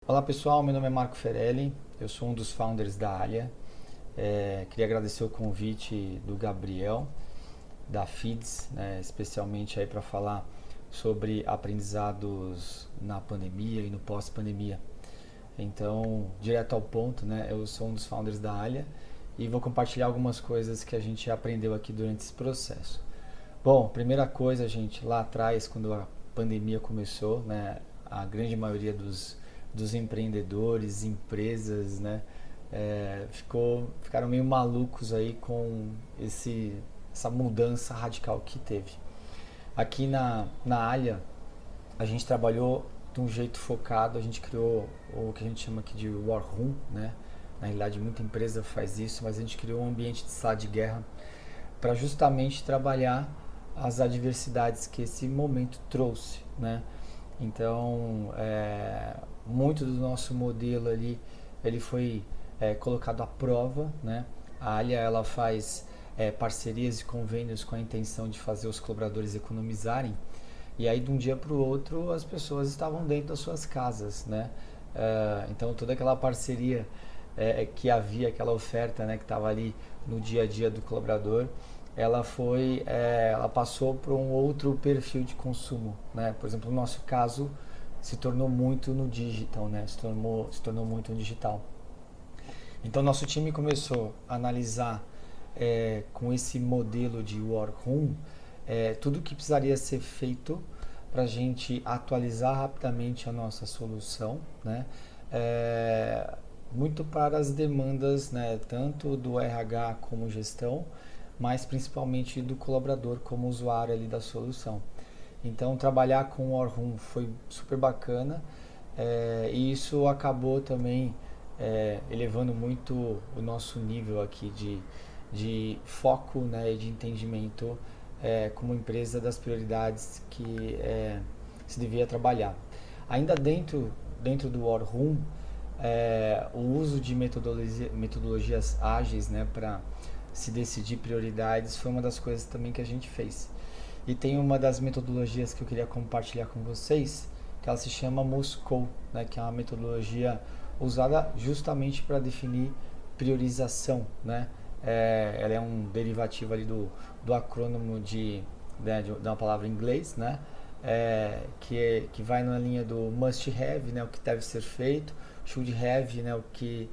Olá pessoal, meu nome é Marco Ferelli, eu sou um dos founders da Alia. Queria agradecer o convite do Gabriel, da FIDS, né, especialmente aí para falar sobre aprendizados na pandemia e no pós-pandemia. Então, direto ao ponto, né, eu sou um dos founders da Alia e vou compartilhar algumas coisas que a gente aprendeu aqui durante esse processo. Bom, primeira coisa, gente, lá atrás, quando a pandemia começou, né, a grande maioria dos empreendedores, empresas, né, ficaram meio malucos aí com essa mudança radical que teve. Aqui na Alia, a gente trabalhou de um jeito focado, a gente criou o que a gente chama aqui de War Room, né? Na realidade, muita empresa faz isso, mas a gente criou um ambiente de sala de guerra para justamente trabalhar as adversidades que esse momento trouxe, né? Então, muito do nosso modelo ali, ele foi colocado à prova, né? A Alia, ela faz parcerias e convênios com a intenção de fazer os colaboradores economizarem. E aí, de um dia para o outro, as pessoas estavam dentro das suas casas, né? Então, toda aquela parceria que havia, aquela oferta, né, que estava ali no dia a dia do colaborador, ela passou para um outro perfil de consumo, né? Por exemplo, no nosso caso, se tornou muito no digital, né? Se tornou muito no digital. Então, nosso time começou a analisar com esse modelo de War Room tudo o que precisaria ser feito para a gente atualizar rapidamente a nossa solução, né? Muito para as demandas, né, tanto do RH como gestão, mas principalmente do colaborador como usuário ali da solução. Então, trabalhar com o War Room foi super bacana e isso acabou também elevando muito o nosso nível aqui de foco, né, e de entendimento como empresa das prioridades que se devia trabalhar. Ainda dentro do War Room, o uso de metodologias ágeis, né, para se decidir prioridades foi uma das coisas também que a gente fez. E tem uma das metodologias que eu queria compartilhar com vocês, que ela se chama Moscou, né, que é uma metodologia usada justamente para definir priorização, né? Ela é um derivativo ali do acrônimo de uma palavra em inglês, né? Que vai na linha do must have, né, o que deve ser feito, should have, né, o que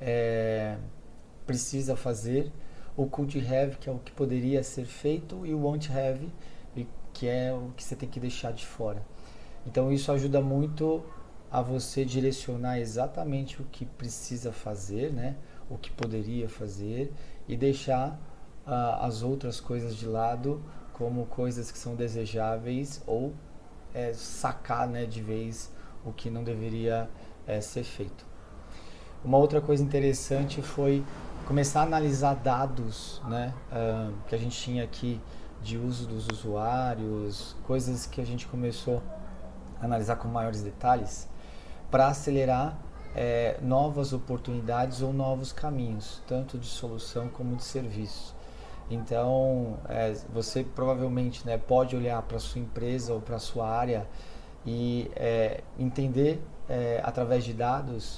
precisa fazer, o could have, que é o que poderia ser feito, e o won't have, que é o que você tem que deixar de fora. Então isso ajuda muito a você direcionar exatamente o que precisa fazer, né? O que poderia fazer e deixar as outras coisas de lado como coisas que são desejáveis ou sacar, né, de vez o que não deveria ser feito. Uma outra coisa interessante foi começar a analisar dados, né, que a gente tinha aqui de uso dos usuários, coisas que a gente começou a analisar com maiores detalhes para acelerar novas oportunidades ou novos caminhos, tanto de solução como de serviço. Então, você provavelmente, né, pode olhar para a sua empresa ou para a sua área e entender através de dados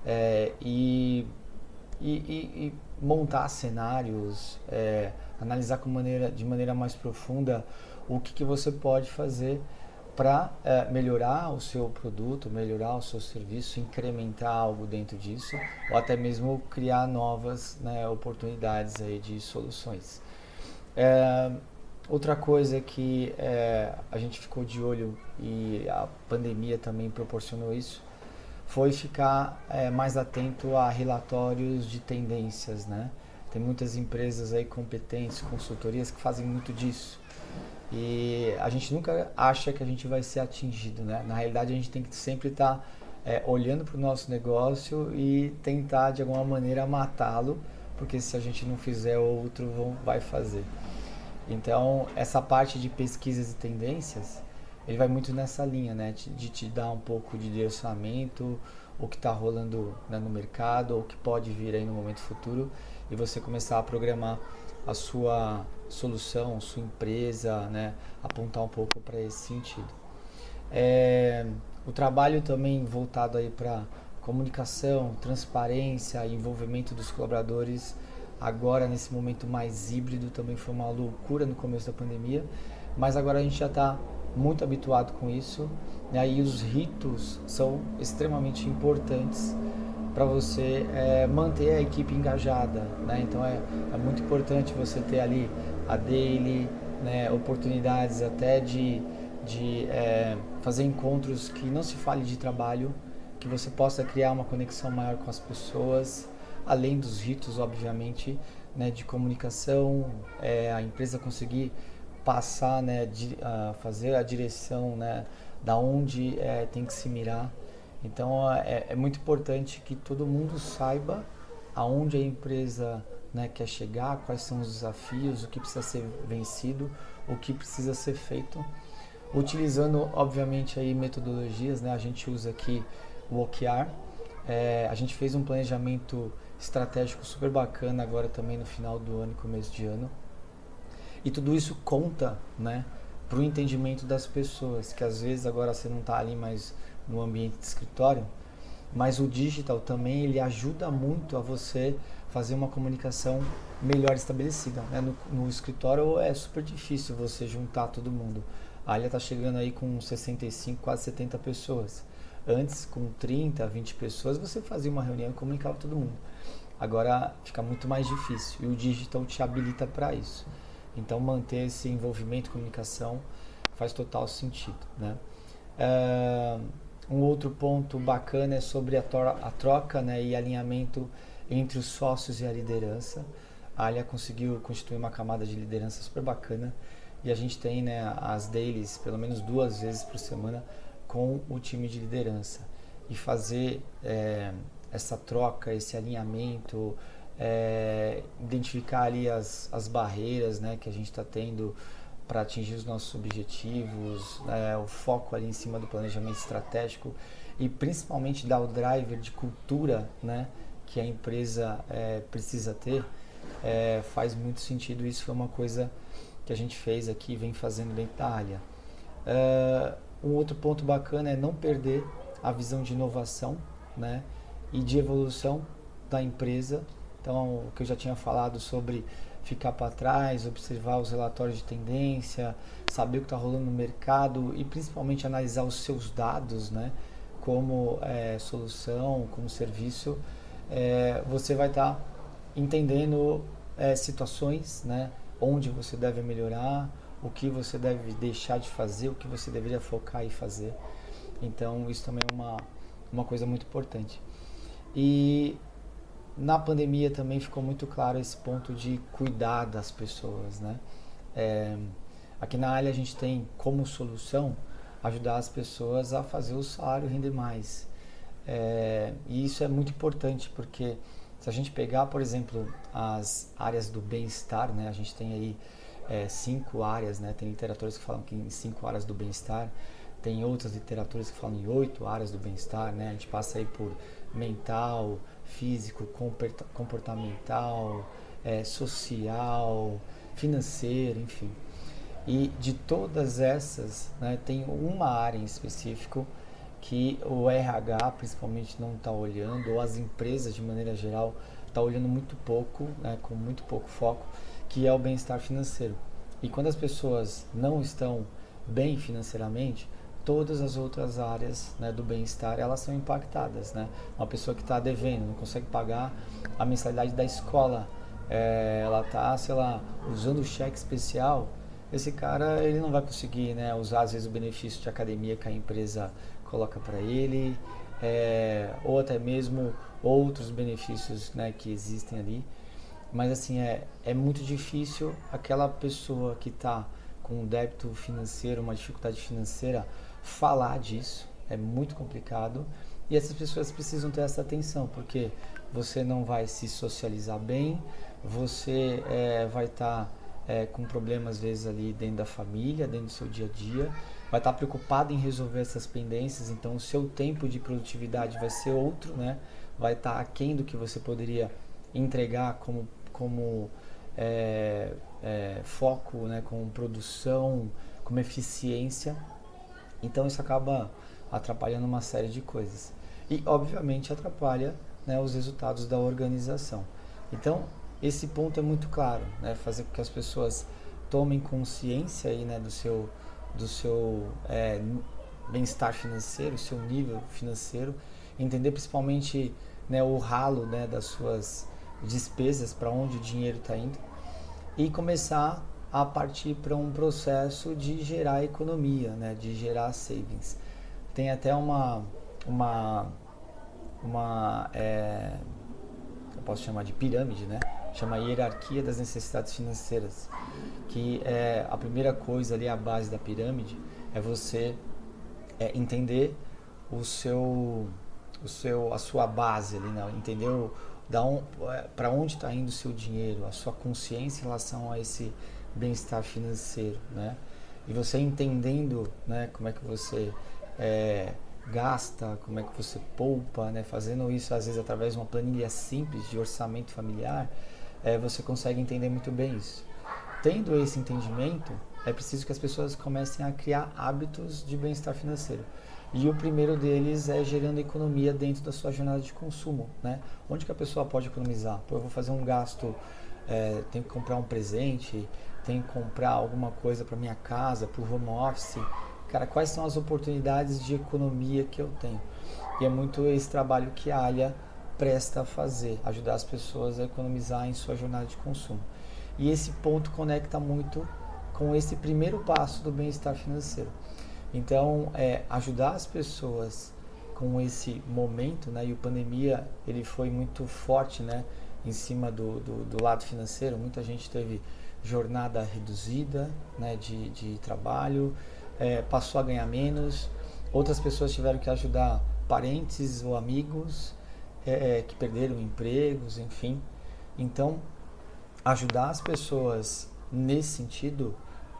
e montar cenários, analisar de maneira mais profunda o que você pode fazer para melhorar o seu produto, melhorar o seu serviço, incrementar algo dentro disso, ou até mesmo criar novas, né, oportunidades aí de soluções. Outra coisa que a gente ficou de olho e a pandemia também proporcionou isso, foi ficar mais atento a relatórios de tendências, né? Tem muitas empresas aí competentes, consultorias que fazem muito disso. E a gente nunca acha que a gente vai ser atingido, né? Na realidade, a gente tem que sempre estar olhando para o nosso negócio e tentar, de alguma maneira, matá-lo, porque se a gente não fizer, outro vai fazer. Então, essa parte de pesquisas e tendências, ele vai muito nessa linha, né? De te dar um pouco de direcionamento, o que está rolando, né, no mercado, ou o que pode vir aí no momento futuro, e você começar a programar a sua solução, sua empresa, né? Apontar um pouco para esse sentido. O trabalho também voltado aí para comunicação, transparência, envolvimento dos colaboradores. Agora, nesse momento mais híbrido, também foi uma loucura no começo da pandemia, mas agora a gente já está muito habituado com isso, e aí os ritos são extremamente importantes para você manter a equipe engajada, né? Então é muito importante você ter ali a daily, né, oportunidades até de fazer encontros que não se fale de trabalho, que você possa criar uma conexão maior com as pessoas, além dos ritos, obviamente, né, de comunicação, a empresa conseguir passar, né, fazer a direção, né, da onde tem que se mirar. Então é muito importante que todo mundo saiba aonde a empresa, né, quer chegar, quais são os desafios, o que precisa ser vencido, o que precisa ser feito, utilizando obviamente aí metodologias, né? A gente usa aqui o OKR, a gente fez um planejamento estratégico super bacana agora também no final do ano e começo de ano, e tudo isso conta, né, para o entendimento das pessoas, que às vezes agora você não está ali mais no ambiente de escritório, mas o digital também ele ajuda muito a você fazer uma comunicação melhor estabelecida, né? No escritório é super difícil você juntar todo mundo. A Alia está chegando aí com 65, quase 70 pessoas. Antes, com 30, 20 pessoas, você fazia uma reunião e comunicava todo mundo. Agora fica muito mais difícil e o digital te habilita para isso. Então manter esse envolvimento e comunicação faz total sentido, né? Um outro ponto bacana é sobre a troca, né, e alinhamento entre os sócios e a liderança. A Alia conseguiu constituir uma camada de liderança super bacana e a gente tem, né, as dailies pelo menos 2 vezes por semana com o time de liderança e fazer essa troca, esse alinhamento, identificar ali as barreiras, né, que a gente está tendo para atingir os nossos objetivos, o foco ali em cima do planejamento estratégico e principalmente dar o driver de cultura, né, que a empresa precisa ter, faz muito sentido. Isso foi uma coisa que a gente fez aqui e vem fazendo dentro da Alia. Um outro ponto bacana é não perder a visão de inovação, né, e de evolução da empresa. Então, o que eu já tinha falado sobre ficar para trás, observar os relatórios de tendência, saber o que está rolando no mercado e principalmente analisar os seus dados, né, como solução, como serviço, você vai estar entendendo situações, né, onde você deve melhorar, o que você deve deixar de fazer, o que você deveria focar e fazer. Então, isso também é uma coisa muito importante. E na pandemia também ficou muito claro esse ponto de cuidar das pessoas, né? Aqui na Alia a gente tem como solução ajudar as pessoas a fazer o salário render mais. E isso é muito importante porque se a gente pegar, por exemplo, as áreas do bem-estar, né? A gente tem aí 5 áreas, né? Tem literaturas que falam que em 5 áreas do bem-estar, tem outras literaturas que falam em 8 áreas do bem-estar, né? A gente passa aí por mental, físico, comportamental, social, financeiro, enfim. E de todas essas, né, tem uma área em específico que o RH principalmente não está olhando, ou as empresas de maneira geral está olhando muito pouco, né, com muito pouco foco, que é o bem-estar financeiro. E quando as pessoas não estão bem financeiramente, todas as outras áreas, né, do bem-estar, elas são impactadas, né? Uma pessoa que está devendo, não consegue pagar a mensalidade da escola, ela está, sei lá, usando o cheque especial, esse cara ele não vai conseguir, né, usar às vezes o benefício de academia que a empresa coloca para ele, ou até mesmo outros benefícios, né, que existem ali. Mas assim, é muito difícil aquela pessoa que está com um débito financeiro, uma dificuldade financeira, falar disso. É muito complicado e essas pessoas precisam ter essa atenção, porque você não vai se socializar bem, você vai estar com problemas às vezes ali dentro da família, dentro do seu dia a dia, vai estar preocupado em resolver essas pendências, então o seu tempo de produtividade vai ser outro, né? Vai estar aquém do que você poderia entregar como foco, né, com produção, como eficiência. Então isso acaba atrapalhando uma série de coisas. e, obviamente, atrapalha, né, os resultados da organização. Então, esse ponto é muito claro, né, fazer com que as pessoas tomem consciência aí, né, do seu bem-estar financeiro, o seu nível financeiro, entender principalmente, né, o ralo, né, das suas despesas, para onde o dinheiro está indo, e começar a partir para um processo de gerar economia, né, de gerar savings. Tem até eu posso chamar de pirâmide, né? Chama hierarquia das necessidades financeiras, que é a primeira coisa ali, a base da pirâmide, é você entender a sua base ali, né? Entender para onde está indo o seu dinheiro, a sua consciência em relação a esse bem-estar financeiro, né? E você entendendo, né, como é que você gasta, como é que você poupa, né? Fazendo isso às vezes através de uma planilha simples de orçamento familiar, você consegue entender muito bem isso. Tendo esse entendimento, é preciso que as pessoas comecem a criar hábitos de bem-estar financeiro. E o primeiro deles é gerando economia dentro da sua jornada de consumo, né? Onde que a pessoa pode economizar? Pô, eu vou fazer um gasto, tenho que comprar um presente, tenho que comprar alguma coisa para minha casa, para o home office. Cara, quais são as oportunidades de economia que eu tenho? E é muito esse trabalho que a Alia presta a fazer, ajudar as pessoas a economizar em sua jornada de consumo. E esse ponto conecta muito com esse primeiro passo do bem-estar financeiro. Então, ajudar as pessoas com esse momento, né? E a pandemia, ele foi muito forte, né? Em cima do lado financeiro. Muita gente teve jornada reduzida, né? De trabalho, passou a ganhar menos. Outras pessoas tiveram que ajudar parentes ou amigos que perderam empregos, enfim. Então, ajudar as pessoas nesse sentido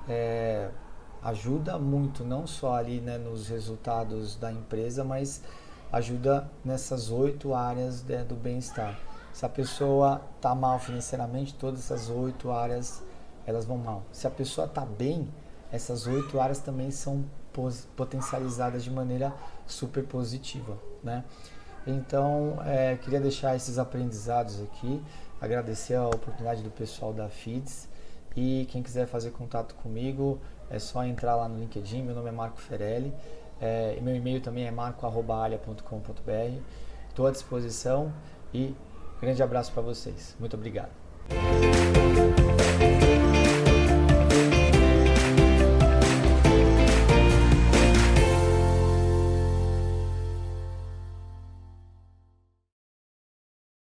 ajuda muito, não só ali, né, nos resultados da empresa, mas ajuda nessas 8 áreas do bem-estar. Se a pessoa está mal financeiramente, todas essas 8 áreas elas vão mal. Se a pessoa está bem, essas 8 áreas também são potencializadas de maneira super positiva, né? Então, queria deixar esses aprendizados aqui, agradecer a oportunidade do pessoal da FIDS, e quem quiser fazer contato comigo é só entrar lá no LinkedIn. Meu nome é Marco Ferelli, meu e-mail também é marco@alia.com.br. Estou à disposição e grande abraço para vocês. Muito obrigado.